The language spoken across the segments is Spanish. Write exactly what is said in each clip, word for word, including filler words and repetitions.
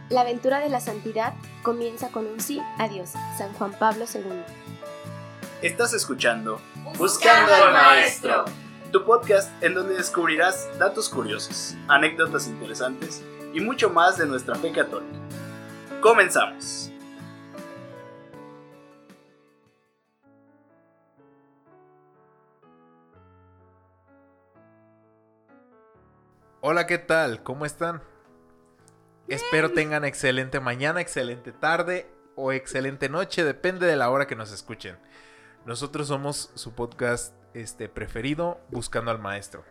La aventura de la santidad comienza con un sí a Dios. San Juan Pablo segundo. Estás escuchando Buscando al Maestro, tu podcast en donde descubrirás datos curiosos, anécdotas interesantes y mucho más de nuestra fe católica. ¡Comenzamos! Hola, ¿qué tal? ¿Cómo están? Bien. Espero tengan excelente mañana, excelente tarde o excelente noche, depende de la hora que nos escuchen. Nosotros somos su podcast este, preferido, Buscando al Maestro.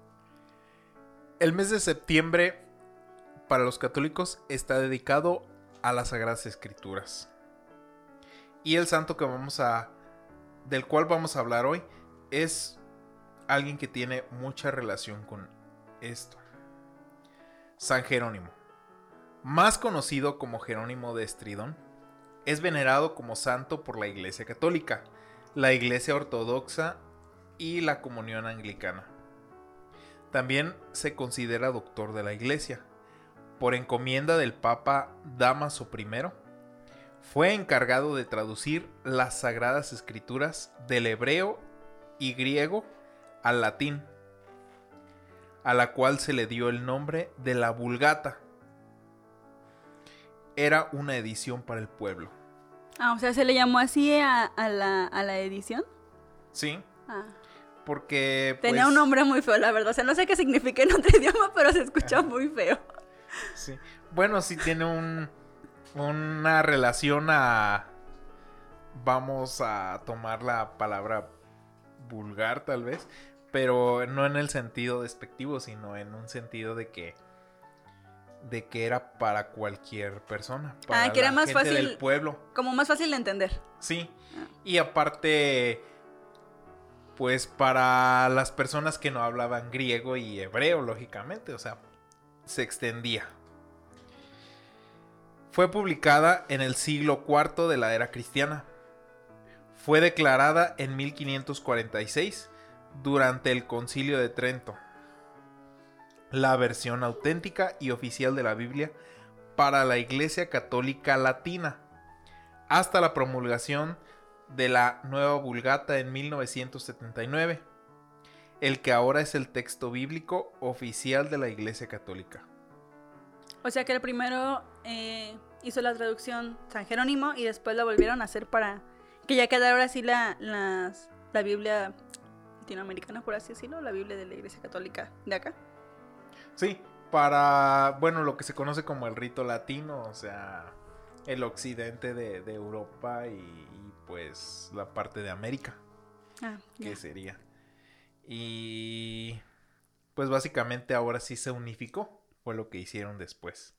El mes de septiembre para los católicos está dedicado a las Sagradas Escrituras. Y el santo que vamos a, del cual vamos a hablar hoy es alguien que tiene mucha relación con esto. San Jerónimo, más conocido como Jerónimo de Estridón, es venerado como santo por la Iglesia Católica, la Iglesia Ortodoxa y la Comunión Anglicana. También se considera doctor de la Iglesia. Por encomienda del Papa Dámaso primero, fue encargado de traducir las Sagradas Escrituras del hebreo y griego al latín, a la cual se le dio el nombre de la Vulgata. Era una edición para el pueblo. Ah, o sea, ¿se le llamó así a, a, la, a la edición? Sí. Ah. Porque tenía pues, un nombre muy feo, la verdad. O sea, no sé qué significa en otro idioma, pero se escucha muy feo. Sí. Bueno, sí tiene un, una relación a... Vamos a tomar la palabra vulgar, tal vez. Pero no en el sentido despectivo, sino en un sentido de que de que era para cualquier persona, para ah, que era la más gente fácil, del pueblo. Como más fácil de entender. Sí. Ah. Y aparte, pues para las personas que no hablaban griego y hebreo, lógicamente, o sea, se extendía. Fue publicada en el siglo cuarto de la era cristiana. Fue declarada en mil quinientos cuarenta y seis durante el Concilio de Trento, la versión auténtica y oficial de la Biblia para la Iglesia Católica Latina, hasta la promulgación de la Nueva Vulgata en mil novecientos setenta y nueve, el que ahora es el texto bíblico oficial de la Iglesia Católica. O sea que el primero eh, hizo la traducción San Jerónimo y después la volvieron a hacer para que ya quedara ahora sí la, la, la Biblia latinoamericana, por así decirlo, la Biblia de la Iglesia Católica de acá. Sí, para, bueno, lo que se conoce como el rito latino, o sea, el occidente de, de Europa y, y pues la parte de América, ah, que yeah. sería. Y pues básicamente ahora sí se unificó, fue lo que hicieron después.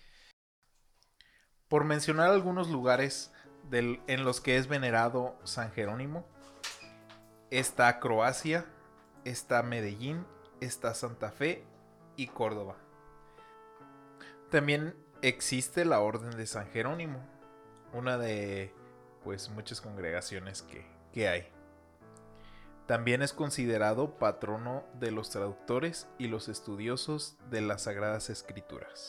Por mencionar algunos lugares del, en los que es venerado San Jerónimo, está Croacia, está Medellín, está Santa Fe y Córdoba. También existe la Orden de San Jerónimo, una de pues muchas congregaciones que, que hay. También es considerado patrono de los traductores y los estudiosos de las Sagradas Escrituras.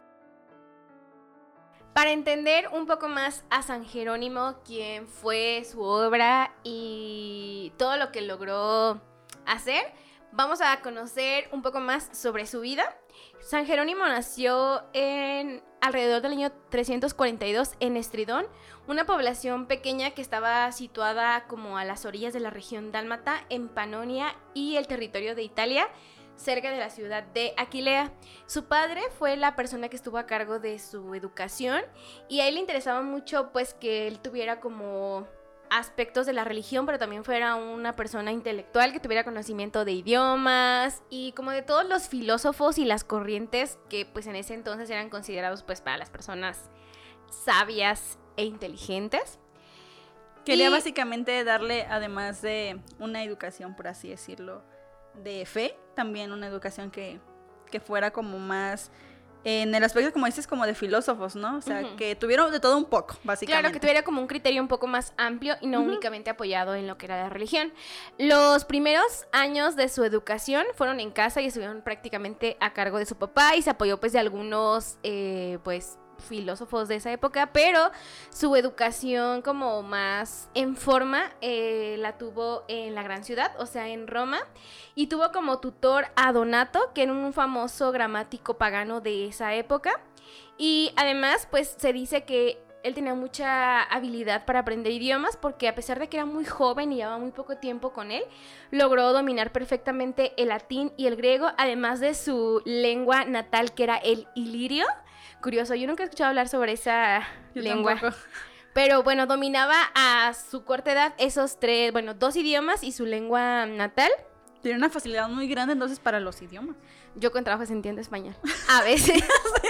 Para entender un poco más a San Jerónimo, quién fue, su obra y todo lo que logró hacer, vamos a conocer un poco más sobre su vida. San Jerónimo nació en alrededor del año trescientos cuarenta y dos en Estridón, una población pequeña que estaba situada como a las orillas de la región dálmata en Panonia y el territorio de Italia, cerca de la ciudad de Aquilea. Su padre fue la persona que estuvo a cargo de su educación y a él le interesaba mucho pues que él tuviera como aspectos de la religión, pero también fuera una persona intelectual que tuviera conocimiento de idiomas y como de todos los filósofos y las corrientes que pues en ese entonces eran considerados pues para las personas sabias e inteligentes. Quería y... básicamente darle, además de una educación, por así decirlo, de fe, también una educación que, que fuera como más en el aspecto, como dices, como de filósofos, ¿no? O sea, uh-huh. que tuvieron de todo un poco, básicamente. Claro, que tuviera como un criterio un poco más amplio y no uh-huh. únicamente apoyado en lo que era la religión. Los primeros años de su educación fueron en casa y estuvieron prácticamente a cargo de su papá y se apoyó pues de algunos, eh, pues, filósofos de esa época, pero su educación como más en forma eh, la tuvo en la gran ciudad, o sea, en Roma, y tuvo como tutor a Donato, que era un famoso gramático pagano de esa época, y además, pues, se dice que él tenía mucha habilidad para aprender idiomas porque a pesar de que era muy joven y llevaba muy poco tiempo con él, logró dominar perfectamente el latín y el griego, además de su lengua natal que era el ilirio. Curioso, yo nunca he escuchado hablar sobre esa Yo lengua. tampoco. Pero bueno, dominaba a su corta edad esos tres, bueno, dos idiomas y su lengua natal. Tiene una facilidad muy grande entonces para los idiomas. Yo con trabajo entiendo español. A veces.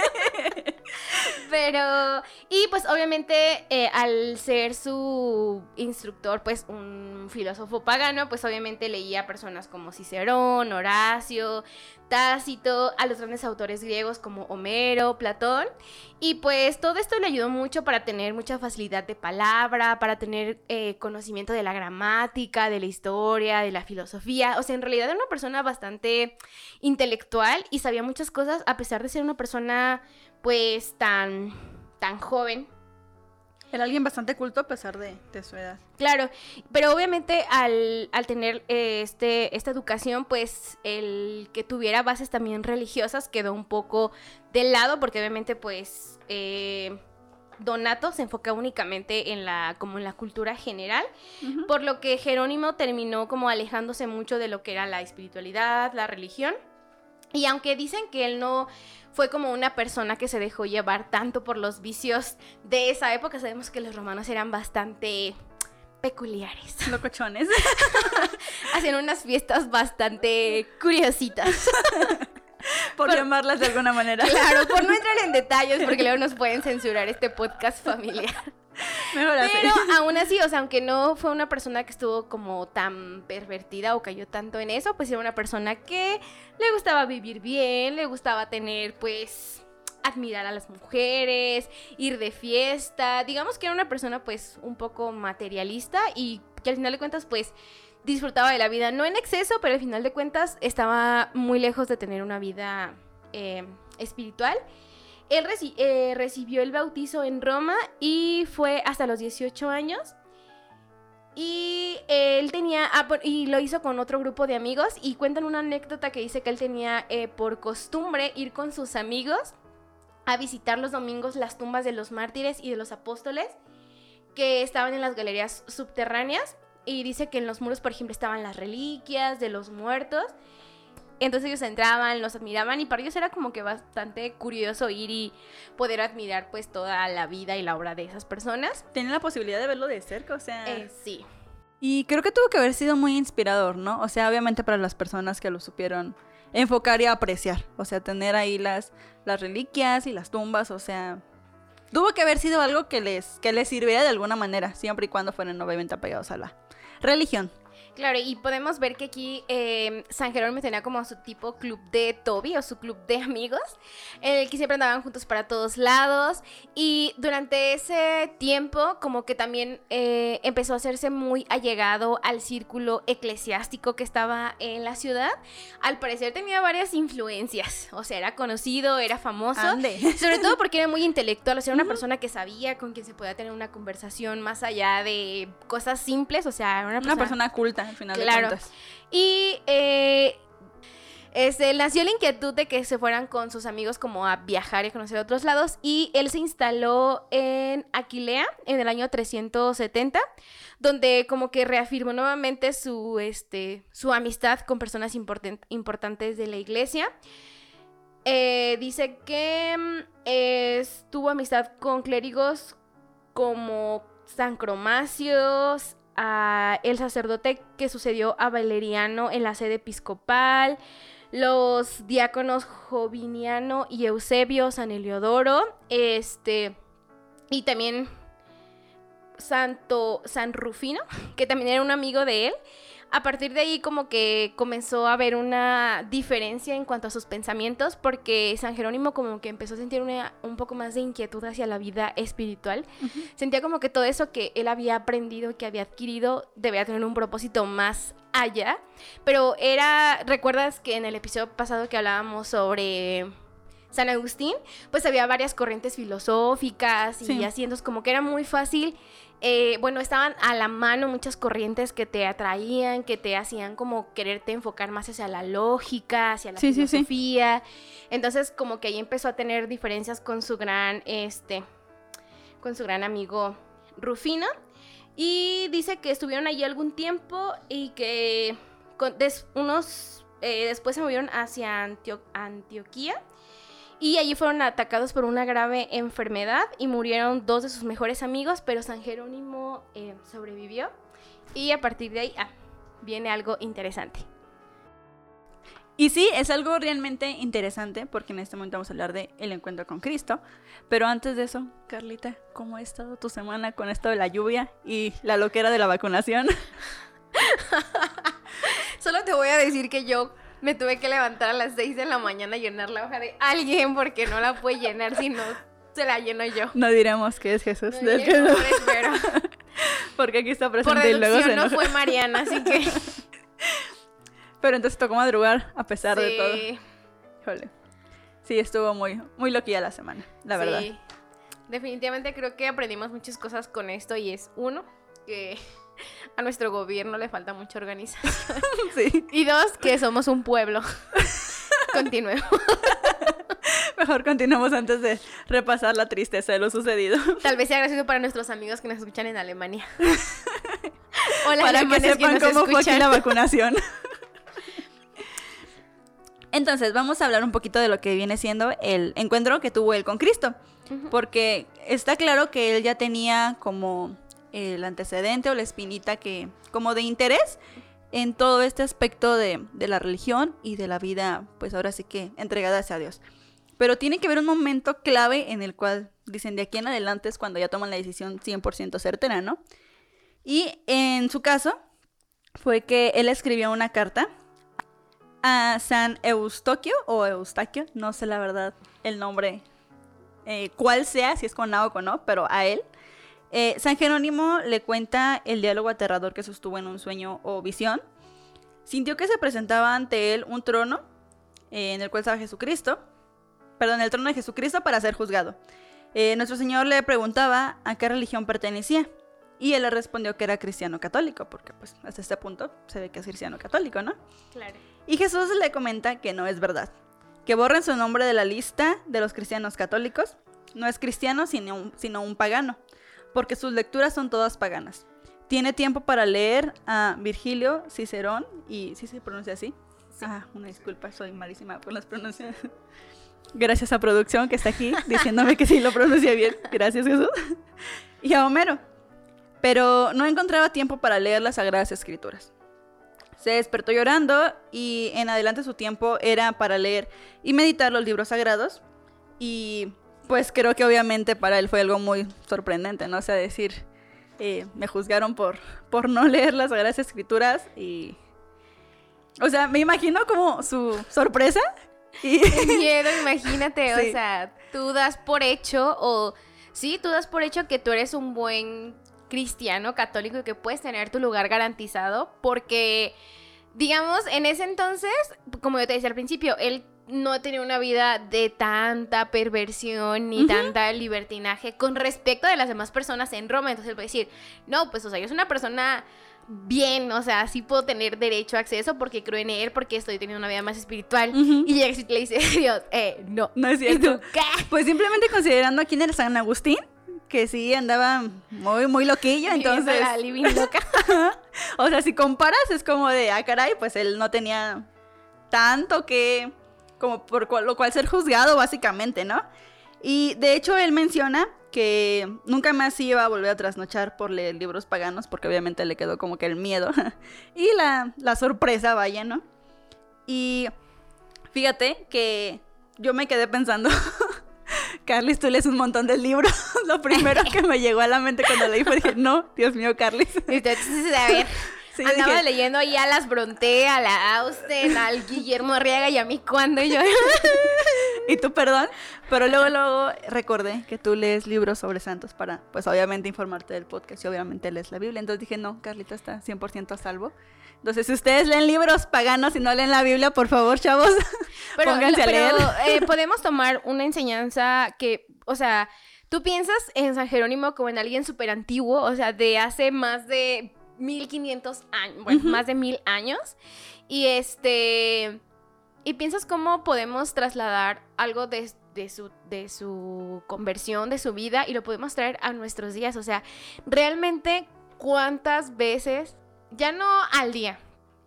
Pero, y pues obviamente eh, al ser su instructor, pues un filósofo pagano, pues obviamente leía a personas como Cicerón, Horacio, Tácito, a los grandes autores griegos como Homero, Platón, y pues todo esto le ayudó mucho para tener mucha facilidad de palabra, para tener eh, conocimiento de la gramática, de la historia, de la filosofía. O sea, en realidad era una persona bastante intelectual y sabía muchas cosas a pesar de ser una persona pues tan, tan joven. Era alguien bastante culto a pesar de, de su edad. Claro, pero obviamente al, al tener eh, este, esta educación, pues el que tuviera bases también religiosas quedó un poco de lado, porque obviamente pues eh, Donato se enfoca únicamente en la, como en la cultura general, uh-huh. Por lo que Jerónimo terminó como alejándose mucho de lo que era la espiritualidad, la religión. Y aunque dicen que él no fue como una persona que se dejó llevar tanto por los vicios de esa época, sabemos que los romanos eran bastante peculiares. Locochones. Hacían unas fiestas bastante curiositas. Por, por llamarlas de alguna manera. Claro, por no entrar en detalles, porque luego nos pueden censurar este podcast familiar. Mejor así. Pero aún así, o sea, aunque no fue una persona que estuvo como tan pervertida o cayó tanto en eso, pues era una persona que le gustaba vivir bien, le gustaba tener, pues, admirar a las mujeres, ir de fiesta. Digamos que era una persona, pues, un poco materialista y que al final de cuentas, pues, disfrutaba de la vida. No en exceso, pero al final de cuentas estaba muy lejos de tener una vida eh, espiritual. Él reci- eh, recibió el bautizo en Roma y fue hasta los dieciocho años. Y él tenía, ah, y lo hizo con otro grupo de amigos. Y cuentan una anécdota que dice que él tenía eh, por costumbre ir con sus amigos a visitar los domingos las tumbas de los mártires y de los apóstoles que estaban en las galerías subterráneas. Y dice que en los muros, por ejemplo, estaban las reliquias de los muertos. Entonces ellos entraban, los admiraban y para ellos era como que bastante curioso ir y poder admirar pues toda la vida y la obra de esas personas. Tenían la posibilidad de verlo de cerca, o sea... Eh, sí. Y creo que tuvo que haber sido muy inspirador, ¿no? O sea, obviamente para las personas que lo supieron enfocar y apreciar. O sea, tener ahí las, las reliquias y las tumbas, o sea... Tuvo que haber sido algo que les, que les sirviera de alguna manera, siempre y cuando fueran obviamente apegados a la religión. Claro, y podemos ver que aquí eh, San Jerónimo tenía como su tipo club de Toby o su club de amigos, en el que siempre andaban juntos para todos lados. Y durante ese tiempo como que también eh, empezó a hacerse muy allegado al círculo eclesiástico que estaba en la ciudad. Al parecer tenía varias influencias, o sea, era conocido, era famoso. Ande. Sobre todo porque era muy intelectual, o sea, era una persona que sabía con quien se podía tener una conversación más allá de cosas simples, o sea, era una persona, una persona culta. Al final claro. de cuentas. Y eh, este, nació la inquietud de que se fueran con sus amigos como a viajar y a conocer otros lados. Y él se instaló en Aquilea en el año trescientos setenta, donde como que reafirmó nuevamente su, este, su amistad con personas importan- importantes de la iglesia. Eh, dice que eh, tuvo amistad con clérigos como San Cromacio, a el sacerdote que sucedió a Valeriano en la sede episcopal, los diáconos Joviniano y Eusebio, San Heliodoro, este, y también Santo San Rufino, que también era un amigo de él. A partir de ahí como que comenzó a haber una diferencia en cuanto a sus pensamientos, porque San Jerónimo como que empezó a sentir una, un poco más de inquietud hacia la vida espiritual. Uh-huh. Sentía como que todo eso que él había aprendido, que había adquirido, debía tener un propósito más allá. Pero era, ¿recuerdas que en el episodio pasado que hablábamos sobre San Agustín, pues había varias corrientes filosóficas y Sí. así, entonces como que era muy fácil, eh, bueno, estaban a la mano muchas corrientes que te atraían, que te hacían como quererte enfocar más hacia la lógica, hacia la Sí, sí, sí. filosofía, entonces como que ahí empezó a tener diferencias con su gran, este, con su gran amigo Rufino, y dice que estuvieron allí algún tiempo y que con, des, unos, eh, después se movieron hacia Antio- Antioquía, y allí fueron atacados por una grave enfermedad y murieron dos de sus mejores amigos, pero San Jerónimo eh, sobrevivió. Y a partir de ahí ah, viene algo interesante. Y sí, es algo realmente interesante porque en este momento vamos a hablar de el encuentro con Cristo. Pero antes de eso, Carlita, ¿cómo ha estado tu semana con esto de la lluvia y la loquera de la vacunación? Solo te voy a decir que yo me tuve que levantar a las seis de la mañana y llenar la hoja de alguien porque no la puede llenar si no se la lleno yo. No diremos que es Jesús, No, del yo que no no- por espero. porque aquí está Por presente y luego se deducción no enoja. fue Mariana, así que... Pero entonces tocó madrugar a pesar de todo. Sí, Híjole. Sí, estuvo muy, muy loquilla la semana, la verdad. sí. Definitivamente creo que aprendimos muchas cosas con esto y es uno, que a nuestro gobierno le falta mucha organización. Sí. Y dos, que somos un pueblo. Continuemos. Mejor continuamos antes de repasar la tristeza de lo sucedido. Tal vez sea gracioso para nuestros amigos que nos escuchan en Alemania. Hola, Para que alemanes sepan nos cómo fue aquí escuchan. la vacunación. Entonces, vamos a hablar un poquito de lo que viene siendo el encuentro que tuvo él con Cristo. Ujú. Porque está claro que él ya tenía como el antecedente o la espinita que, como de interés en todo este aspecto de, de la religión y de la vida, pues ahora sí que entregada hacia Dios. Pero tiene que haber un momento clave en el cual dicen de aquí en adelante es cuando ya toman la decisión cien por ciento certera, ¿no? Y en su caso fue que él escribió una carta a San Eustoquio o Eustaquio, no sé la verdad el nombre, eh, cuál sea, si es con A o con O, pero a él. Eh, San Jerónimo le cuenta el diálogo aterrador que sostuvo en un sueño o visión. Sintió que se presentaba ante él un trono eh, en el cual estaba Jesucristo, perdón, el trono de Jesucristo para ser juzgado. Eh, nuestro Señor le preguntaba a qué religión pertenecía y él le respondió que era cristiano católico, porque pues hasta este punto se ve que es cristiano católico, ¿no? Claro. Y Jesús le comenta que no es verdad, que borren su nombre de la lista de los cristianos católicos. No es cristiano sino un, sino un pagano, porque sus lecturas son todas paganas. Tiene tiempo para leer a Virgilio, Cicerón y... ¿sí se pronuncia así? Sí. Ah, una disculpa, soy malísima con las pronunciaciones. Gracias a producción que está aquí diciéndome que sí lo pronuncié bien. Gracias, Jesús. Y a Homero. Pero no encontraba tiempo para leer las Sagradas Escrituras. Se despertó llorando y en adelante su tiempo era para leer y meditar los libros sagrados. Y pues creo que obviamente para él fue algo muy sorprendente, ¿no? O sea, decir, eh, me juzgaron por, por no leer las Sagradas Escrituras y... O sea, me imagino como su sorpresa. Y... Qué miedo, imagínate, Sí. o sea, tú das por hecho, o sí, tú das por hecho que tú eres un buen cristiano católico y que puedes tener tu lugar garantizado, porque, digamos, en ese entonces, como yo te decía al principio, él no tenía una vida de tanta perversión ni Ujú. tanta libertinaje con respecto de las demás personas en Roma, entonces él puede decir, no, pues, o sea, yo soy una persona... bien, o sea, sí puedo tener derecho a acceso porque creo en él, porque estoy teniendo una vida más espiritual. Ujú. Y llega y le dice, Dios, eh, no. No es ¿Y cierto. tú qué? Pues simplemente considerando a quién era San Agustín, que sí andaba muy, muy loquillo, entonces... Viviendo la living loca. O sea, si comparas es como de, ah, caray, pues él no tenía tanto que... como por cual- lo cual ser juzgado, básicamente, ¿no? Y de hecho él menciona que nunca más iba a volver a trasnochar por leer libros paganos, porque obviamente le quedó como que el miedo y la, la sorpresa, vaya, ¿no? Y fíjate que yo me quedé pensando, Carlis, tú lees un montón de libros. Lo primero que me llegó a la mente cuando leí fue, dije, no, Dios mío, Carlis. Entonces, a ver, Sí, andaba dije, leyendo ahí a las Bronte, a la Austen, al Guillermo Arriaga y a mí cuando y yo... y tú perdón, pero luego, luego recordé que tú lees libros sobre santos para, pues obviamente informarte del podcast y obviamente lees la Biblia, entonces dije, no, Carlita está cien por ciento a salvo. Entonces, si ustedes leen libros paganos y no leen la Biblia, por favor, chavos, pero, pónganse a pero, leer. Eh, podemos tomar una enseñanza que, o sea, tú piensas en San Jerónimo como en alguien súper antiguo, o sea, de hace más de mil quinientos años, bueno, uh-huh. más de mil años, y este, y piensas cómo podemos trasladar algo de, de, su, de su conversión, de su vida, y lo podemos traer a nuestros días, o sea, realmente, ¿cuántas veces, ya no al día,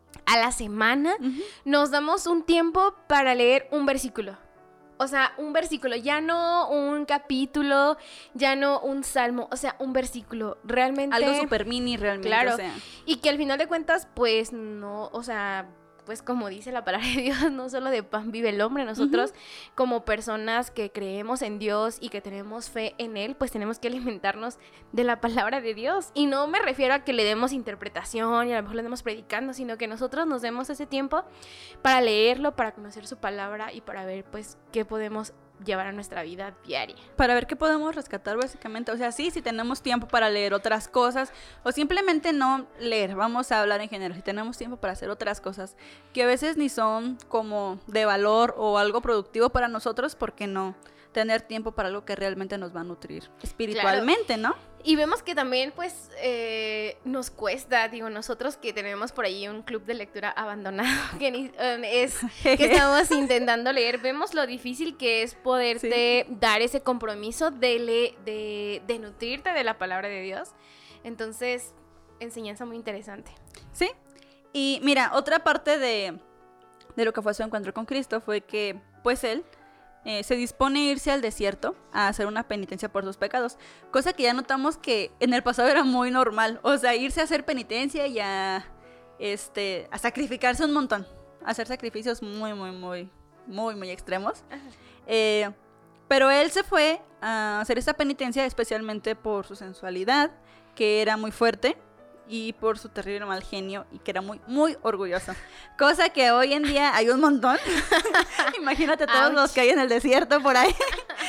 a la semana, uh-huh. nos damos un tiempo para leer un versículo? O sea, un versículo, ya no un capítulo, ya no un salmo, o sea, un versículo, realmente... Algo súper mini realmente, claro, o sea. Y que al final de cuentas, pues, no, o sea, pues como dice la palabra de Dios, no solo de pan vive el hombre, nosotros uh-huh. como personas que creemos en Dios y que tenemos fe en Él, pues tenemos que alimentarnos de la palabra de Dios. Y no me refiero a que le demos interpretación y a lo mejor le demos predicando, sino que nosotros nos demos ese tiempo para leerlo, para conocer su palabra y para ver, pues, qué podemos llevar a nuestra vida diaria. Para ver qué podemos rescatar básicamente, o sea, sí, si tenemos tiempo para leer otras cosas o simplemente no leer, vamos a hablar en general, si tenemos tiempo para hacer otras cosas que a veces ni son como de valor o algo productivo para nosotros, ¿por qué no tener tiempo para algo que realmente nos va a nutrir espiritualmente, claro. ¿no? Y vemos que también, pues, eh, nos cuesta, digo, nosotros que tenemos por ahí un club de lectura abandonado, que ni, es que estamos intentando leer, vemos lo difícil que es poderte sí. dar ese compromiso de, le, de, de nutrirte de la palabra de Dios. Entonces, enseñanza muy interesante. Sí, y mira, otra parte de, de lo que fue su encuentro con Cristo fue que, pues, él Eh, se dispone a irse al desierto a hacer una penitencia por sus pecados, cosa que ya notamos que en el pasado era muy normal, o sea, irse a hacer penitencia y a, este, a sacrificarse un montón, a hacer sacrificios muy, muy, muy, muy, muy extremos, eh, pero él se fue a hacer esta penitencia especialmente por su sensualidad, que era muy fuerte, y por su terrible mal genio, y que era muy, muy orgulloso. Cosa que hoy en día hay un montón. Imagínate todos Ouch. Los que hay en el desierto por ahí.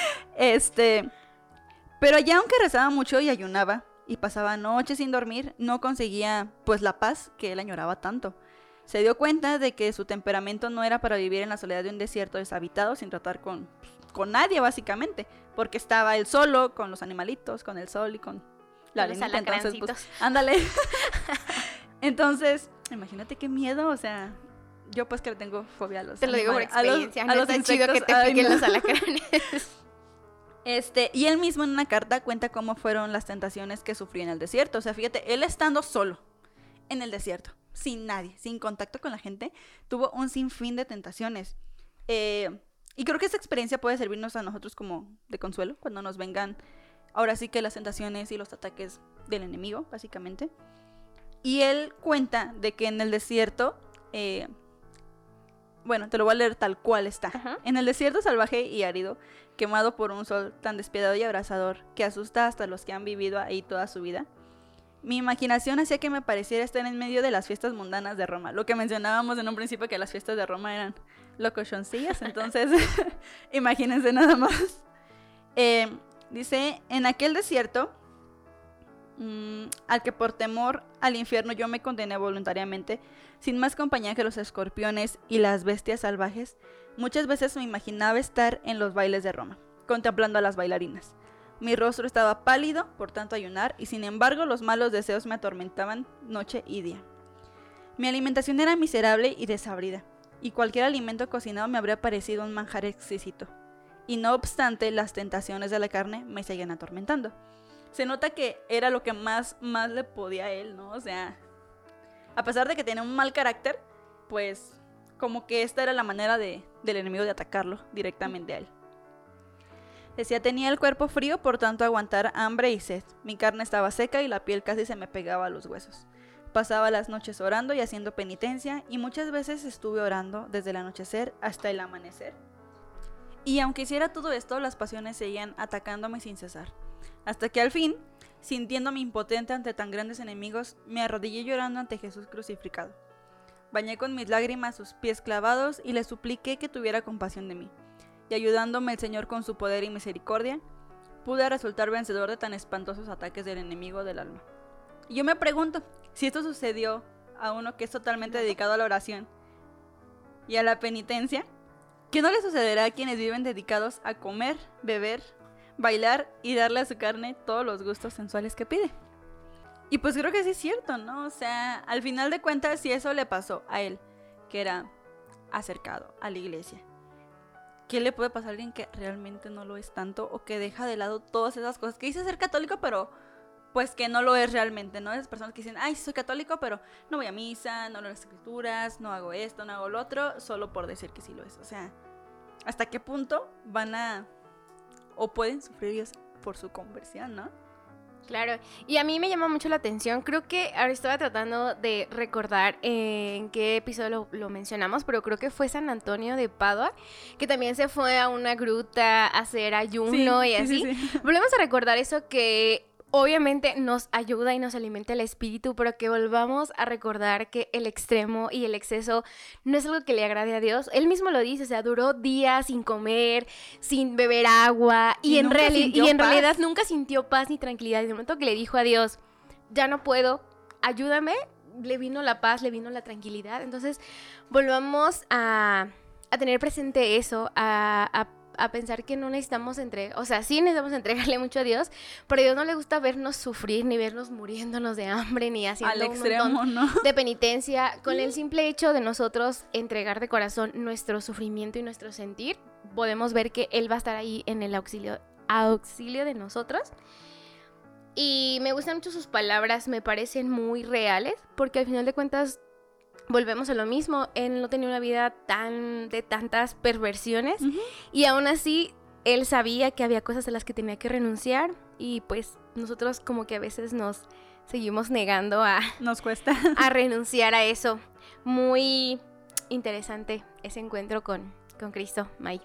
Este, pero allá, aunque rezaba mucho y ayunaba, y pasaba noches sin dormir, no conseguía, pues, la paz que él añoraba tanto. Se dio cuenta de que su temperamento no era para vivir en la soledad de un desierto deshabitado, sin tratar con, con nadie, básicamente. Porque estaba él solo, con los animalitos, con el sol y con... la arenita, entonces, pues, ándale. Entonces, imagínate qué miedo, o sea, yo pues que le tengo fobia a los Te lo digo por experiencia, a los, no a los es tan chido que te piquen no. los alacranes. Este, y él mismo en una carta cuenta cómo fueron las tentaciones que sufrió en el desierto. O sea, fíjate, él estando solo en el desierto, sin nadie, sin contacto con la gente, tuvo un sinfín de tentaciones. Eh, y creo que esta experiencia puede servirnos a nosotros como de consuelo cuando nos vengan ahora sí que las tentaciones y los ataques del enemigo, básicamente. Y él cuenta de que en el desierto, eh, bueno, te lo voy a leer tal cual está. Uh-huh. En el desierto salvaje y árido, quemado por un sol tan despiadado y abrasador que asusta hasta los que han vivido ahí toda su vida, mi imaginación hacía que me pareciera estar en medio de las fiestas mundanas de Roma. Lo que mencionábamos en un principio, que las fiestas de Roma eran locochoncillas, entonces imagínense nada más. Eh... Dice, en aquel desierto, mmm, al que por temor al infierno yo me condené voluntariamente, sin más compañía que los escorpiones y las bestias salvajes, muchas veces me imaginaba estar en los bailes de Roma, contemplando a las bailarinas. Mi rostro estaba pálido, por tanto ayunar, y sin embargo los malos deseos me atormentaban noche y día. Mi alimentación era miserable y desabrida, y cualquier alimento cocinado me habría parecido un manjar exquisito. Y no obstante, las tentaciones de la carne me seguían atormentando. Se nota que era lo que más, más le podía a él, ¿no? O sea, a pesar de que tenía un mal carácter, pues como que esta era la manera de, del enemigo de atacarlo directamente a él. Decía, tenía el cuerpo frío, por tanto aguantar hambre y sed. Mi carne estaba seca y la piel casi se me pegaba a los huesos. Pasaba las noches orando y haciendo penitencia, y muchas veces estuve orando desde el anochecer hasta el amanecer. Y aunque hiciera todo esto, las pasiones seguían atacándome sin cesar. Hasta que al fin, sintiéndome impotente ante tan grandes enemigos, me arrodillé llorando ante Jesús crucificado. Bañé con mis lágrimas sus pies clavados y le supliqué que tuviera compasión de mí. y ayudándome el Señor con su poder y misericordia, pude resultar vencedor de tan espantosos ataques del enemigo del alma. Y yo me pregunto, si esto sucedió a uno que es totalmente dedicado a la oración y a la penitencia, ¿qué no le sucederá a quienes viven dedicados a comer, beber, bailar y darle a su carne todos los gustos sensuales que pide? Y pues creo que sí es cierto, ¿no? O sea, al final de cuentas, si eso le pasó a él, que era acercado a la iglesia, ¿qué le puede pasar a alguien que realmente no lo es tanto o que deja de lado todas esas cosas? Que dice ser católico, pero pues que no lo es realmente, ¿no? Esas personas que dicen, ay, soy católico, pero no voy a misa, no leo las escrituras, no hago esto, no hago lo otro, solo por decir que sí lo es. O sea, ¿hasta qué punto van a o pueden sufrir ellos por su conversión, ¿no? Claro, y a mí me llama mucho la atención, creo que ahora estaba tratando de recordar en qué episodio lo, lo mencionamos, pero creo que fue San Antonio de Padua, que también se fue a una gruta a hacer ayuno Sí, y sí, así. sí, sí. Volvemos a recordar eso que obviamente nos ayuda y nos alimenta el espíritu, pero que volvamos a recordar que el extremo y el exceso no es algo que le agrade a Dios. Él mismo lo dice, o sea, duró días sin comer, sin beber agua y, Y en, nunca reali- sintió y en paz. realidad nunca sintió paz ni tranquilidad. Y de momento que le dijo a Dios, ya no puedo, ayúdame, le vino la paz, le vino la tranquilidad. Entonces volvamos a, a tener presente eso, a, a a pensar que no necesitamos entregar, o sea, sí necesitamos entregarle mucho a Dios, pero a Dios no le gusta vernos sufrir, ni vernos muriéndonos de hambre, ni haciendo Al un extremo, montón ¿no? de penitencia. Con el simple hecho de nosotros entregar de corazón nuestro sufrimiento y nuestro sentir, podemos ver que Él va a estar ahí en el auxilio, auxilio de nosotros. Y me gustan mucho sus palabras, me parecen muy reales, porque al final de cuentas volvemos a lo mismo. Él no tenía una vida tan de tantas perversiones, Uh-huh. y aún así él sabía que había cosas a las que tenía que renunciar, y pues nosotros como que a veces nos seguimos negando a, Nos cuesta. a renunciar a eso. Muy interesante ese encuentro con, con Cristo, May.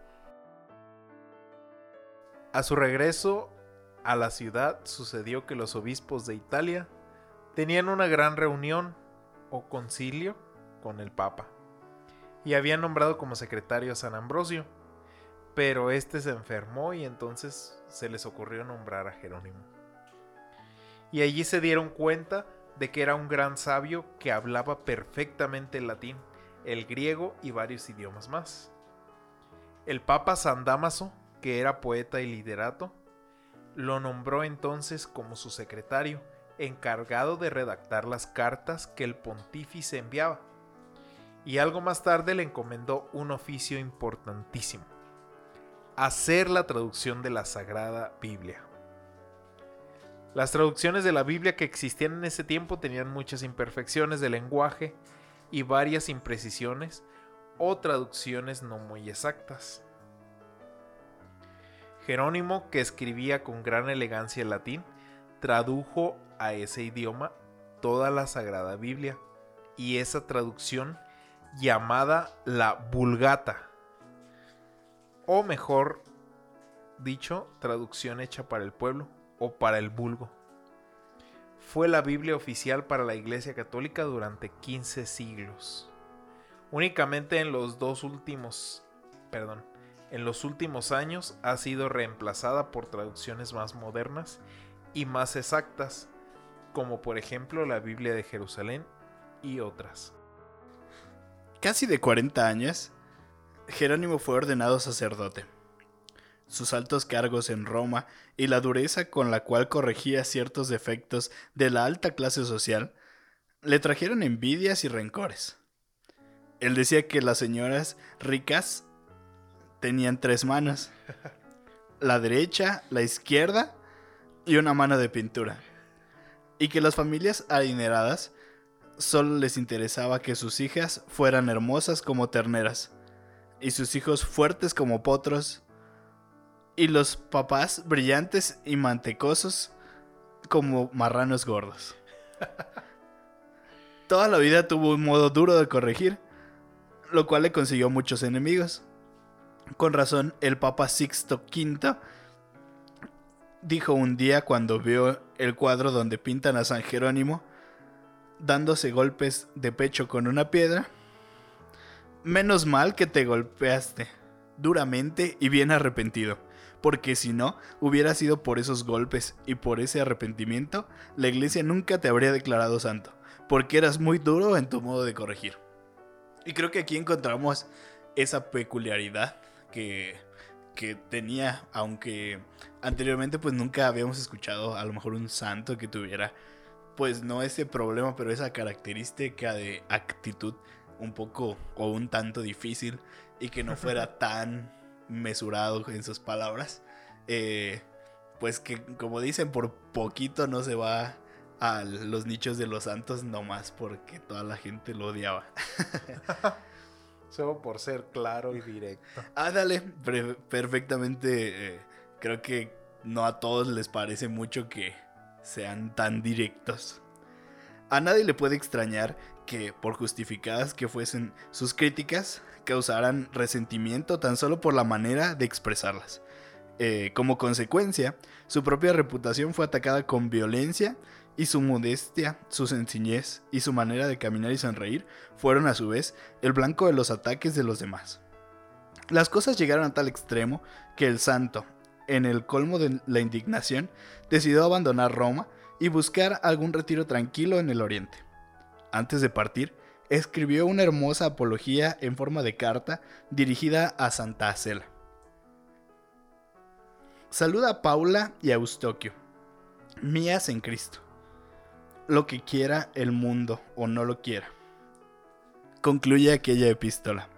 A su regreso a la ciudad sucedió que los obispos de Italia tenían una gran reunión o concilio con el Papa y habían nombrado como secretario a San Ambrosio, pero este se enfermó y entonces se les ocurrió nombrar a Jerónimo. Y allí se dieron cuenta de que era un gran sabio que hablaba perfectamente el latín, el griego y varios idiomas más. El Papa San Dámaso, que era poeta y literato, lo nombró entonces como su secretario, encargado de redactar las cartas que el pontífice enviaba, y algo más tarde le encomendó un oficio importantísimo: hacer la traducción de la Sagrada Biblia. Las traducciones de la Biblia que existían en ese tiempo tenían muchas imperfecciones de lenguaje y varias imprecisiones o traducciones no muy exactas. Jerónimo, que escribía con gran elegancia el latín, tradujo a ese idioma toda la Sagrada Biblia, y esa traducción llamada la Vulgata, o mejor dicho, traducción hecha para el pueblo o para el vulgo, fue la Biblia oficial para la Iglesia Católica durante quince siglos. Únicamente en los dos últimos, perdón, en los últimos años ha sido reemplazada por traducciones más modernas y más exactas, como por ejemplo la Biblia de Jerusalén y otras. Casi de cuarenta años, Jerónimo fue ordenado sacerdote. Sus altos cargos en Roma y la dureza con la cual corregía ciertos defectos de la alta clase social le trajeron envidias y rencores. Él decía que las señoras ricas tenían tres manos: la derecha, la izquierda y una mano de pintura, y que las familias adineradas solo les interesaba que sus hijas fueran hermosas como terneras y sus hijos fuertes como potros, y los papás brillantes y mantecosos como marranos gordos. Toda la vida tuvo un modo duro de corregir, lo cual le consiguió muchos enemigos. Con razón, el Papa Sixto V dijo un día, cuando vio el cuadro donde pintan a San Jerónimo dándose golpes de pecho con una piedra: menos mal que te golpeaste, duramente y bien arrepentido, porque si no, hubiera sido por esos golpes y por ese arrepentimiento, la iglesia nunca te habría declarado santo, porque eras muy duro en tu modo de corregir. Y creo que aquí encontramos esa peculiaridad que, que tenía, aunque anteriormente pues nunca habíamos escuchado a lo mejor un santo que tuviera pues no ese problema, pero esa característica de actitud un poco o un tanto difícil y que no fuera tan mesurado en sus palabras, eh, pues que como dicen, por poquito no se va a los nichos de los santos nomás porque toda la gente lo odiaba. Solo por ser claro y directo. Ándale, pre- perfectamente. Eh, creo que no a todos les parece mucho que sean tan directos. A nadie le puede extrañar que, por justificadas que fuesen sus críticas, causaran resentimiento tan solo por la manera de expresarlas. Eh, como consecuencia, su propia reputación fue atacada con violencia y su modestia, su sencillez y su manera de caminar y sonreír fueron a su vez el blanco de los ataques de los demás. Las cosas llegaron a tal extremo que el santo, en el colmo de la indignación, decidió abandonar Roma y buscar algún retiro tranquilo en el oriente. Antes de partir, escribió una hermosa apología en forma de carta dirigida a Santa Acela. Saluda a Paula y a Eustoquio, mías en Cristo. Lo que quiera el mundo o no lo quiera. Concluye aquella epístola.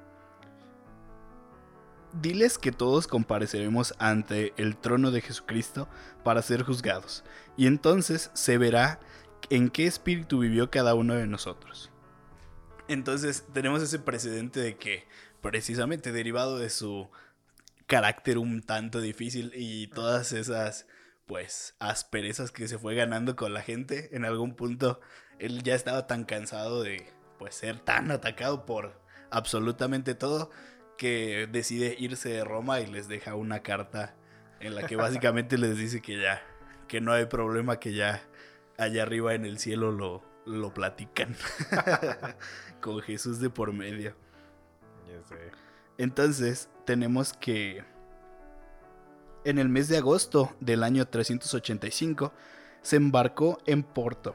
Diles que todos compareceremos ante el trono de Jesucristo para ser juzgados, y entonces se verá en qué espíritu vivió cada uno de nosotros. Entonces tenemos ese precedente de que, precisamente derivado de su carácter un tanto difícil y todas esas pues asperezas que se fue ganando con la gente, en algún punto él ya estaba tan cansado de pues ser tan atacado por absolutamente todo, que decide irse de Roma y les deja una carta en la que básicamente les dice que ya, que no hay problema, que ya allá arriba en el cielo lo, lo platican con Jesús de por medio. Ya sé. Entonces tenemos que en el mes de agosto del año trescientos ochenta y cinco se embarcó en Porto.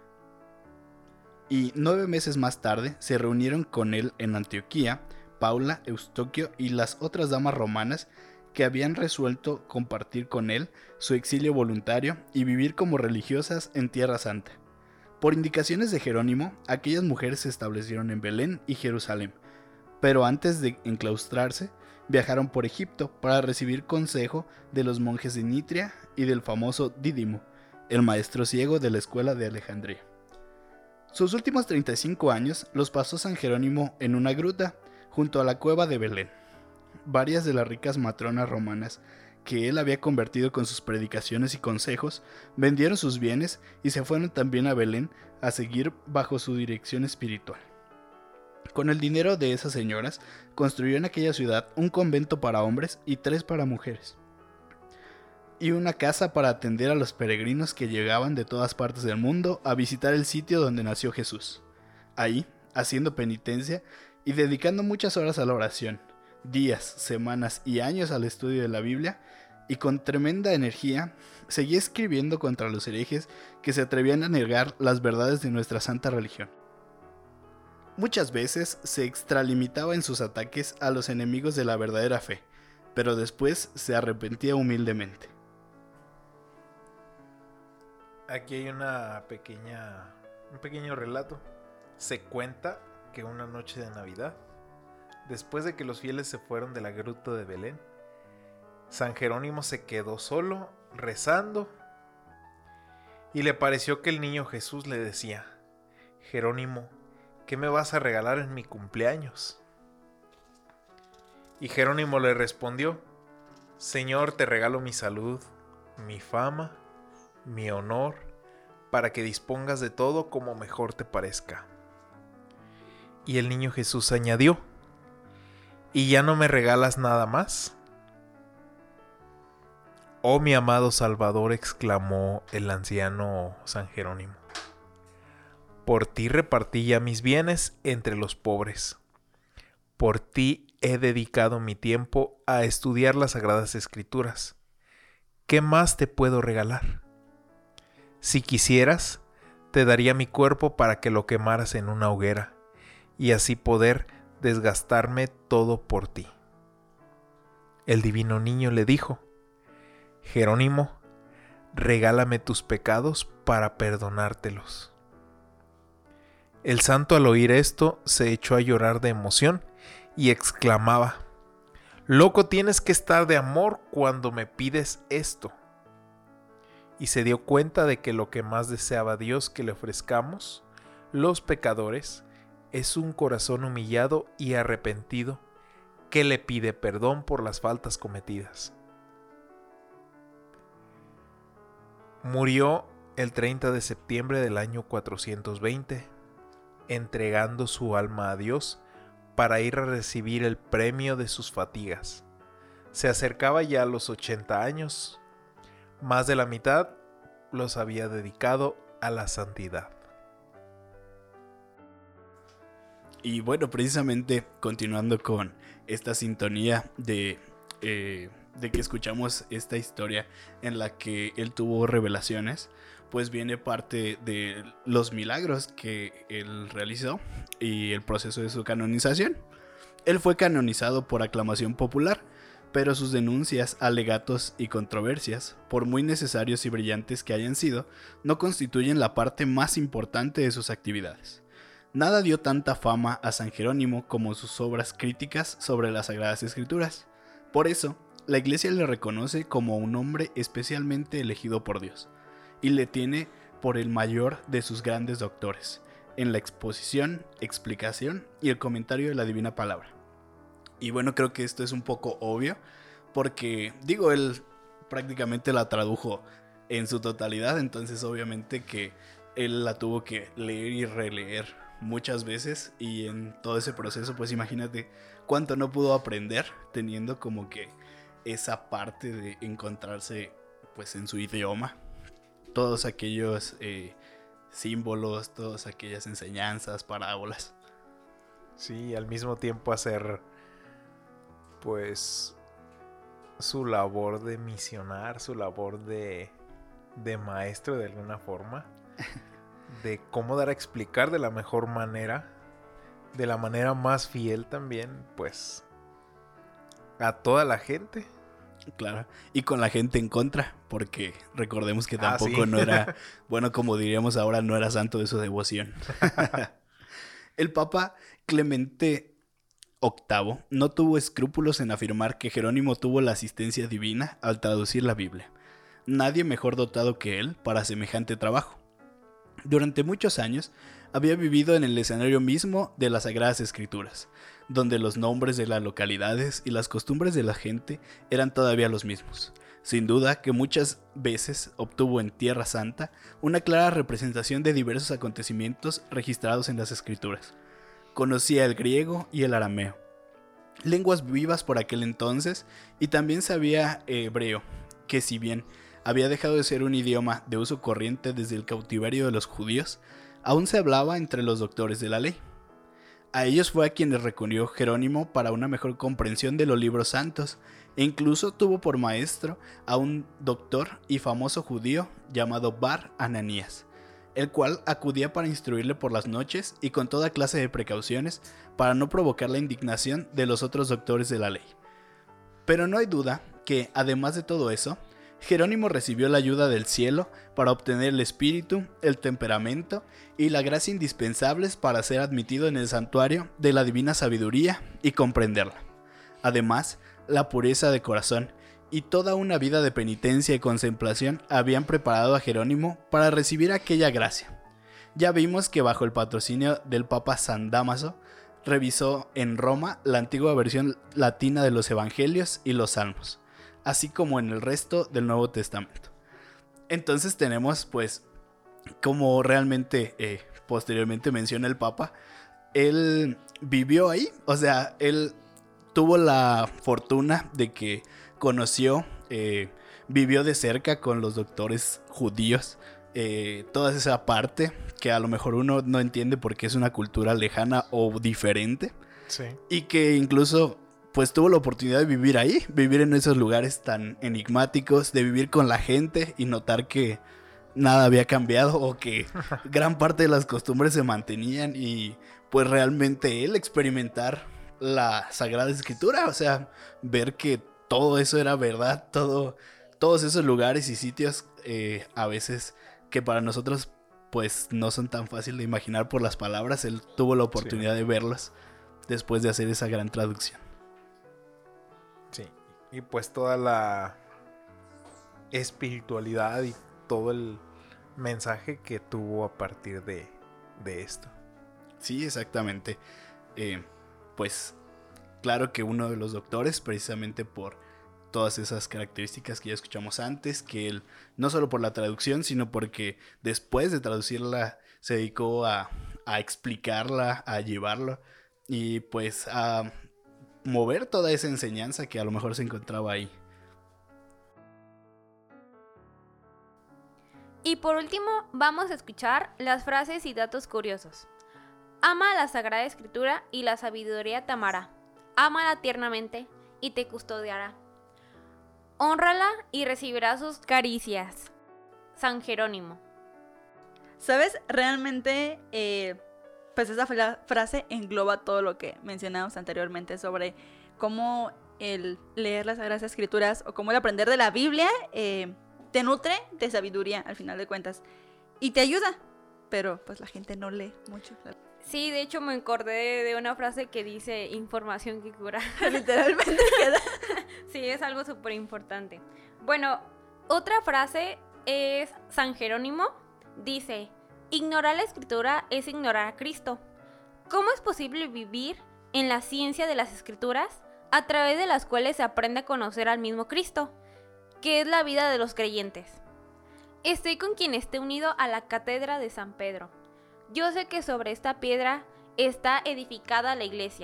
Y nueve meses más tarde se reunieron con él en Antioquía Paula, Eustoquio y las otras damas romanas que habían resuelto compartir con él su exilio voluntario y vivir como religiosas en Tierra Santa. Por indicaciones de Jerónimo, aquellas mujeres se establecieron en Belén y Jerusalén, pero antes de enclaustrarse, viajaron por Egipto para recibir consejo de los monjes de Nitria y del famoso Dídimo, el maestro ciego de la escuela de Alejandría. Sus últimos treinta y cinco años los pasó San Jerónimo en una gruta, junto a la cueva de Belén. Varias de las ricas matronas romanas que él había convertido con sus predicaciones y consejos, vendieron sus bienes y se fueron también a Belén a seguir bajo su dirección espiritual. Con el dinero de esas señoras, construyó en aquella ciudad un convento para hombres y tres para mujeres, y una casa para atender a los peregrinos que llegaban de todas partes del mundo a visitar el sitio donde nació Jesús. Ahí, haciendo penitencia y dedicando muchas horas a la oración, días, semanas y años al estudio de la Biblia, y con tremenda energía, seguía escribiendo contra los herejes que se atrevían a negar las verdades de nuestra santa religión. Muchas veces se extralimitaba en sus ataques a los enemigos de la verdadera fe, pero después se arrepentía humildemente. Aquí hay una pequeña, un pequeño relato. Se cuenta que una noche de Navidad, después de que los fieles se fueron de la gruta de Belén, San Jerónimo se quedó solo, rezando, y le pareció que el niño Jesús le decía: Jerónimo, ¿qué me vas a regalar en mi cumpleaños? Y Jerónimo le respondió: Señor, te regalo mi salud, mi fama, mi honor, para que dispongas de todo como mejor te parezca. Y el niño Jesús añadió: ¿y ya no me regalas nada más? Oh, mi amado Salvador, exclamó el anciano San Jerónimo, por ti repartí ya mis bienes entre los pobres. Por ti he dedicado mi tiempo a estudiar las Sagradas Escrituras. ¿Qué más te puedo regalar? Si quisieras, te daría mi cuerpo para que lo quemaras en una hoguera, y así poder desgastarme todo por ti. El divino niño le dijo: Jerónimo, regálame tus pecados para perdonártelos. El santo, al oír esto, se echó a llorar de emoción y exclamaba: Loco tienes que estar de amor cuando me pides esto. Y se dio cuenta de que lo que más deseaba Dios que le ofrezcamos, los pecadores, es un corazón humillado y arrepentido que le pide perdón por las faltas cometidas. Murió el treinta de septiembre del año cuatrocientos veinte, entregando su alma a Dios para ir a recibir el premio de sus fatigas. Se acercaba ya a los ochenta años, más de la mitad los había dedicado a la santidad. Y bueno, precisamente continuando con esta sintonía de, eh, de que escuchamos esta historia en la que él tuvo revelaciones, pues viene parte de los milagros que él realizó y el proceso de su canonización. Él fue canonizado por aclamación popular, pero sus denuncias, alegatos y controversias, por muy necesarios y brillantes que hayan sido, no constituyen la parte más importante de sus actividades. Nada dio tanta fama a San Jerónimo como sus obras críticas sobre las Sagradas Escrituras. Por eso, la Iglesia le reconoce como un hombre especialmente elegido por Dios, y le tiene por el mayor de sus grandes doctores, en la exposición, explicación y el comentario de la Divina Palabra. Y bueno, creo que esto es un poco obvio, porque, digo, él prácticamente la tradujo en su totalidad, entonces obviamente que él la tuvo que leer y releer muchas veces, y en todo ese proceso, pues imagínate cuánto no pudo aprender, teniendo como que esa parte de encontrarse pues en su idioma, todos aquellos eh, símbolos, todas aquellas enseñanzas, parábolas. Sí, al mismo tiempo hacer pues su labor de misionar, su labor de, de maestro de alguna forma, de cómo dar a explicar de la mejor manera, de la manera más fiel también, pues a toda la gente. Claro, y con la gente en contra, porque recordemos que Ah, tampoco sí. no era, bueno, como diríamos ahora, no era santo de su devoción. El Papa Clemente octavo no tuvo escrúpulos en afirmar que Jerónimo tuvo la asistencia divina al traducir la Biblia. Nadie mejor dotado que él para semejante trabajo. Durante muchos años había vivido en el escenario mismo de las Sagradas Escrituras, donde los nombres de las localidades y las costumbres de la gente eran todavía los mismos. Sin duda que muchas veces obtuvo en Tierra Santa una clara representación de diversos acontecimientos registrados en las Escrituras. Conocía el griego y el arameo, lenguas vivas por aquel entonces, y también sabía hebreo, que si bien había dejado de ser un idioma de uso corriente desde el cautiverio de los judíos, aún se hablaba entre los doctores de la ley. A ellos fue a quienes recurrió Jerónimo para una mejor comprensión de los libros santos, e incluso tuvo por maestro a un doctor y famoso judío llamado Bar Ananías, el cual acudía para instruirle por las noches y con toda clase de precauciones para no provocar la indignación de los otros doctores de la ley. Pero no hay duda que, además de todo eso, Jerónimo recibió la ayuda del cielo para obtener el espíritu, el temperamento y la gracia indispensables para ser admitido en el santuario de la divina sabiduría y comprenderla. Además, la pureza de corazón y toda una vida de penitencia y contemplación habían preparado a Jerónimo para recibir aquella gracia. Ya vimos que bajo el patrocinio del Papa San Dámaso, revisó en Roma la antigua versión latina de los Evangelios y los Salmos, así como en el resto del Nuevo Testamento. Entonces tenemos, pues, como realmente eh, posteriormente menciona el Papa, él vivió ahí, o sea, él tuvo la fortuna de que conoció, eh, vivió de cerca con los doctores judíos, eh, toda esa parte que a lo mejor uno no entiende porque es una cultura lejana o diferente, Sí. y que incluso pues tuvo la oportunidad de vivir ahí, vivir en esos lugares tan enigmáticos, de vivir con la gente y notar que nada había cambiado o que gran parte de las costumbres se mantenían y pues realmente él experimentar la Sagrada Escritura, o sea, ver que todo eso era verdad, todo, todos esos lugares y sitios eh, a veces que para nosotros pues no son tan fáciles de imaginar por las palabras, él tuvo la oportunidad sí. de verlos después de hacer esa gran traducción. Sí, y pues toda la espiritualidad y todo el mensaje que tuvo a partir de, de esto. Sí, exactamente. Eh, pues claro que uno de los doctores, precisamente por todas esas características que ya escuchamos antes, que él, no solo por la traducción, sino porque después de traducirla se dedicó a, a explicarla, a llevarla y pues a mover toda esa enseñanza que a lo mejor se encontraba ahí. Y por último, vamos a escuchar las frases y datos curiosos. Ama la Sagrada Escritura y la sabiduría te amará. Ámala tiernamente y te custodiará. Hónrala y recibirás sus caricias. San Jerónimo. ¿Sabes? Realmente, eh, pues esa fra- frase engloba todo lo que mencionamos anteriormente sobre cómo el leer las Sagradas Escrituras o cómo el aprender de la Biblia eh, te nutre de sabiduría al final de cuentas y te ayuda, pero pues la gente no lee mucho. Sí, de hecho me acordé de una frase que dice información que cura. Literalmente queda. Sí, es algo súper importante. Bueno, otra frase es San Jerónimo. Dice, ignorar la Escritura es ignorar a Cristo. ¿Cómo es posible vivir en la ciencia de las Escrituras a través de las cuales se aprende a conocer al mismo Cristo, que es la vida de los creyentes? Estoy con quien esté unido a la cátedra de San Pedro. Yo sé que sobre esta piedra está edificada la iglesia.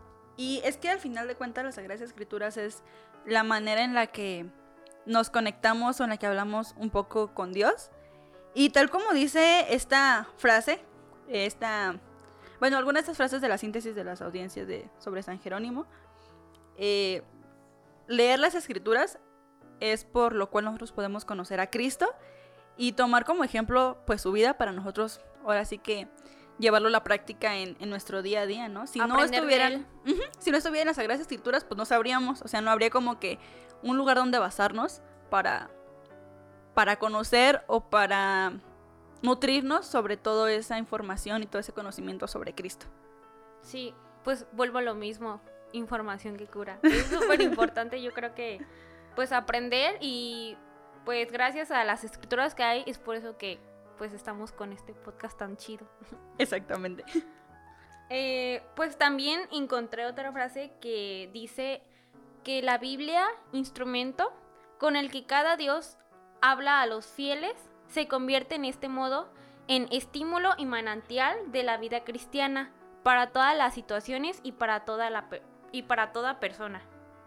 Y es que al final de cuentas las Sagradas Escrituras es la manera en la que nos conectamos o en la que hablamos un poco con Dios. Y tal como dice esta frase, esta, bueno, algunas de estas frases de la síntesis de las audiencias de, sobre San Jerónimo, eh, leer las Escrituras es por lo cual nosotros podemos conocer a Cristo y tomar como ejemplo pues su vida para nosotros, ahora sí que llevarlo a la práctica en, en nuestro día a día, ¿no? Si no estuvieran, uh-huh, si no estuvieran las Sagradas Escrituras, pues no sabríamos, o sea, no habría como que un lugar donde basarnos para, para conocer o para nutrirnos sobre toda esa información y todo ese conocimiento sobre Cristo. Sí, pues vuelvo a lo mismo, información que cura. Es súper importante, yo creo que pues aprender y pues gracias a las escrituras que hay es por eso que pues estamos con este podcast tan chido. Exactamente. Eh, pues también encontré otra frase que dice que la Biblia, instrumento con el que cada Dios habla a los fieles, se convierte en este modo en estímulo y manantial de la vida cristiana para todas las situaciones y para toda, la, y para toda persona.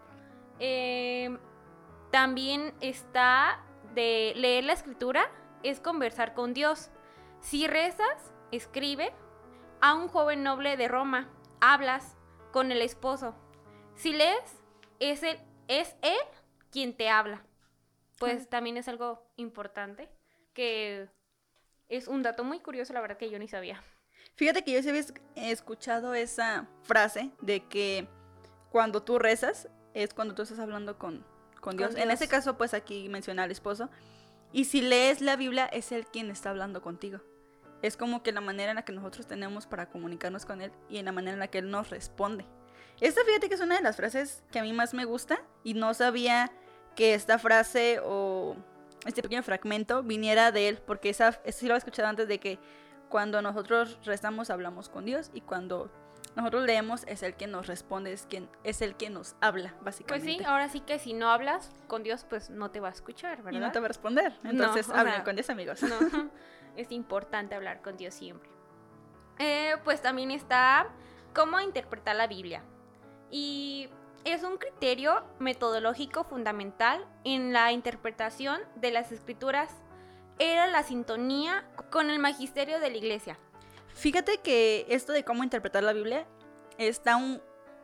Eh, también está de leer la escritura es conversar con Dios. Si rezas, escribe. A un joven noble de Roma, hablas con el esposo. Si lees, es él, es él quien te habla. Pues uh-huh. También es algo importante, que es un dato muy curioso, la verdad que yo ni sabía. Fíjate que yo sí había escuchado esa frase de que cuando tú rezas es cuando tú estás hablando con, con, Dios. con Dios. En ese caso, pues aquí menciona al esposo. Y si lees la Biblia, es él quien está hablando contigo. Es como que la manera en la que nosotros tenemos para comunicarnos con él y en la manera en la que él nos responde. Esta, fíjate que es una de las frases que a mí más me gusta y no sabía que esta frase o este pequeño fragmento viniera de él, porque esa, esa sí lo había escuchado antes, de que cuando nosotros rezamos hablamos con Dios y cuando nosotros leemos es el que nos responde, es, quien, es el que nos habla, básicamente. Pues sí, ahora sí que si no hablas con Dios, pues no te va a escuchar, ¿verdad? Y no te va a responder. Entonces, no, hablen sea, con Dios, amigos. No, es importante hablar con Dios siempre. Eh, pues también está cómo interpretar la Biblia. Y es un criterio metodológico fundamental en la interpretación de las Escrituras. Era la sintonía con el magisterio de la Iglesia. Fíjate que esto de cómo interpretar la Biblia está un,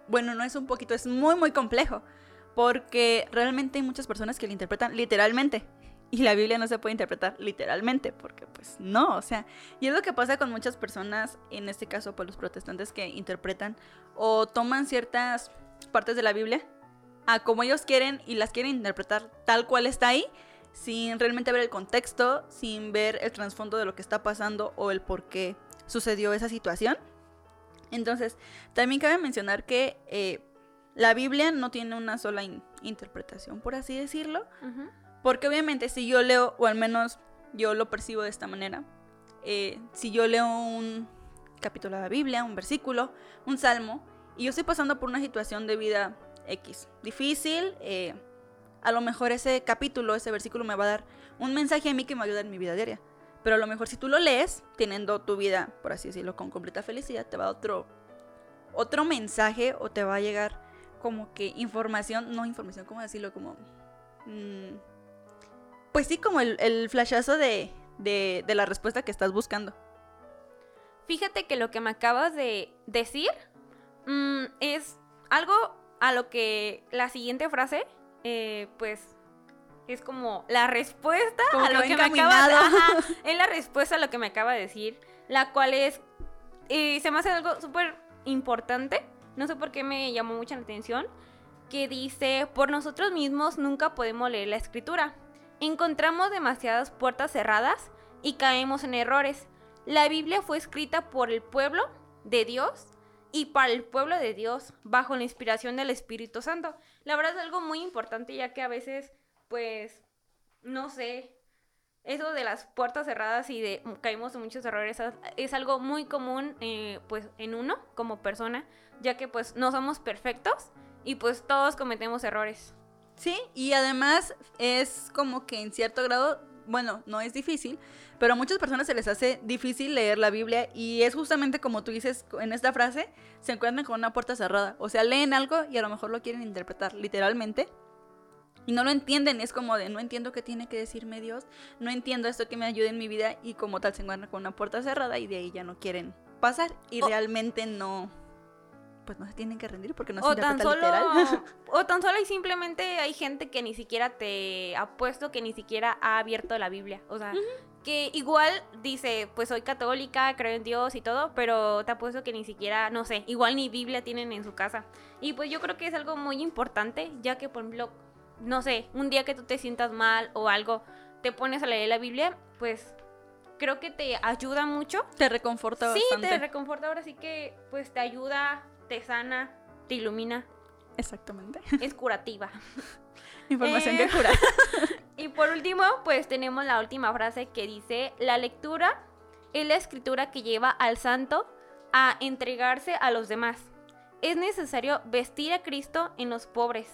bueno, no es un poquito, es muy, muy complejo. Porque realmente hay muchas personas que lo interpretan literalmente. Y la Biblia no se puede interpretar literalmente, porque pues no, o sea, y es lo que pasa con muchas personas, en este caso pues los protestantes, que interpretan o toman ciertas partes de la Biblia a como ellos quieren y las quieren interpretar tal cual está ahí, sin realmente ver el contexto, sin ver el trasfondo de lo que está pasando o el por qué sucedió esa situación. Entonces, también cabe mencionar que eh, la Biblia no tiene una sola in- interpretación, por así decirlo. Uh-huh. Porque obviamente si yo leo, o al menos yo lo percibo de esta manera, eh, si yo leo un capítulo de la Biblia, un versículo, un salmo, y yo estoy pasando por una situación de vida X, difícil, eh, a lo mejor ese capítulo, ese versículo me va a dar un mensaje a mí que me ayuda en mi vida diaria. Pero a lo mejor si tú lo lees, teniendo tu vida, por así decirlo, con completa felicidad, te va a dar otro, otro mensaje o te va a llegar como que información, no información, ¿cómo decirlo? Como... Mmm, Pues sí, como el, el flashazo de, de, de la respuesta que estás buscando. Fíjate que lo que me acabas de decir mmm, es algo a lo que la siguiente frase, eh, pues, es como la respuesta como a que lo va que me acabas de... encaminado. Ajá, es la respuesta a lo que me acaba de decir, la cual es... Eh, se me hace algo súper importante, no sé por qué me llamó mucha la atención, que dice, por nosotros mismos nunca podemos leer la escritura. Encontramos demasiadas puertas cerradas y caemos en errores. La Biblia fue escrita por el pueblo de Dios y para el pueblo de Dios, bajo la inspiración del Espíritu Santo. La verdad es algo muy importante, ya que a veces, pues, no sé, eso de las puertas cerradas y de caemos en muchos errores es algo muy común, eh, pues, en uno como persona, ya que, pues, no somos perfectos y, pues, todos cometemos errores. Sí, y además es como que en cierto grado, bueno, no es difícil, pero a muchas personas se les hace difícil leer la Biblia y es justamente como tú dices en esta frase, se encuentran con una puerta cerrada. O sea, leen algo y a lo mejor lo quieren interpretar literalmente y no lo entienden. Es como de, no entiendo qué tiene que decirme Dios, no entiendo esto que me ayude en mi vida y como tal se encuentran con una puerta cerrada y de ahí ya no quieren pasar y o- realmente no... pues no se tienen que rendir porque no se O tan interpreta solo, literal. o tan solo y simplemente hay gente que ni siquiera te ha puesto, que ni siquiera ha abierto la Biblia. O sea, uh-huh. que igual dice, pues soy católica, creo en Dios y todo, pero te apuesto que ni siquiera, no sé, igual ni Biblia tienen en su casa. Y pues yo creo que es algo muy importante, ya que por ejemplo, no sé, un día que tú te sientas mal o algo, te pones a leer la Biblia, pues creo que te ayuda mucho. Te reconforta sí, bastante. Sí, te reconforta, ahora sí que pues te ayuda, te sana, te ilumina. Exactamente. Es curativa. Información eh, que cura. Y por último, pues tenemos la última frase que dice, la lectura es la escritura que lleva al santo a entregarse a los demás. Es necesario vestir a Cristo en los pobres,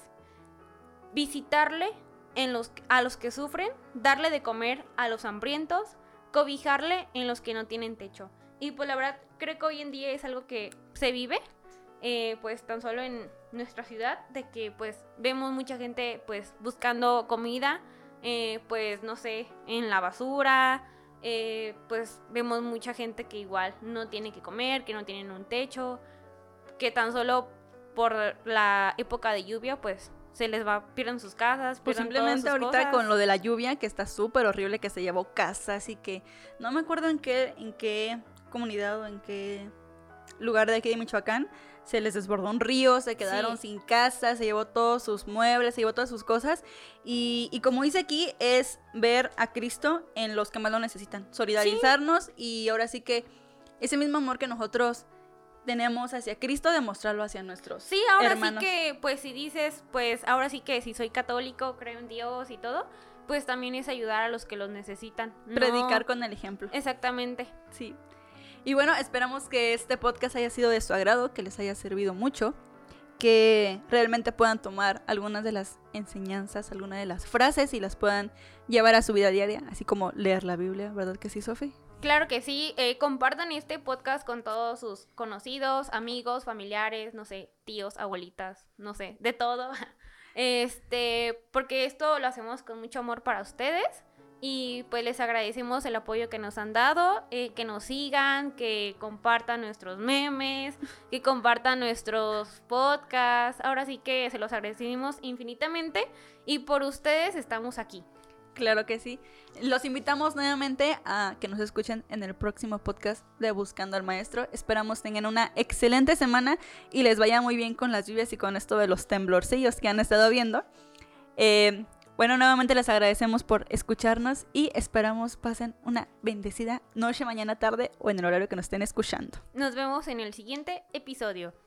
visitarle en los, a los que sufren, darle de comer a los hambrientos, cobijarle en los que no tienen techo. Y pues la verdad creo que hoy en día es algo que se vive, eh, pues tan solo en nuestra ciudad, de que pues vemos mucha gente pues buscando comida, eh, pues no sé, en la basura, eh, pues vemos mucha gente que igual no tiene que comer, que no tienen un techo, que tan solo por la época de lluvia pues se les va, pierden sus casas, pues pierden simplemente todas sus ahorita cosas. Con lo de la lluvia, que está súper horrible, que se llevó casas y que no me acuerdo en qué, en qué comunidad o en qué lugar de aquí de Michoacán se les desbordó un río, se quedaron Sí. sin casa, se llevó todos sus muebles, se llevó todas sus cosas y, y como dice aquí, es ver a Cristo en los que más lo necesitan, solidarizarnos sí. Y ahora sí que ese mismo amor que nosotros tenemos hacia Cristo, demostrarlo hacia nuestros sí, ahora hermanos. Sí que, pues si dices, pues ahora sí que si soy católico, creo en Dios y todo, pues también es ayudar a los que los necesitan. Predicar no... con el ejemplo. Exactamente. Sí. Y bueno, esperamos que este podcast haya sido de su agrado, que les haya servido mucho, que realmente puedan tomar algunas de las enseñanzas, algunas de las frases y las puedan llevar a su vida diaria, así como leer la Biblia, ¿verdad que sí, Sofi? Claro que sí, eh, compartan este podcast con todos sus conocidos, amigos, familiares, no sé, tíos, abuelitas, no sé, de todo. Este, porque esto lo hacemos con mucho amor para ustedes Y pues les agradecemos el apoyo que nos han dado, eh, que nos sigan, que compartan nuestros memes, que compartan nuestros podcasts. Ahora sí que se los agradecemos infinitamente y por ustedes estamos aquí. Claro que sí. Los invitamos nuevamente a que nos escuchen en el próximo podcast de Buscando al Maestro. Esperamos tengan una excelente semana y les vaya muy bien con las lluvias y con esto de los temblorcillos que han estado viendo. Eh... Bueno, nuevamente les agradecemos por escucharnos y esperamos pasen una bendecida noche, mañana, tarde o en el horario que nos estén escuchando. Nos vemos en el siguiente episodio.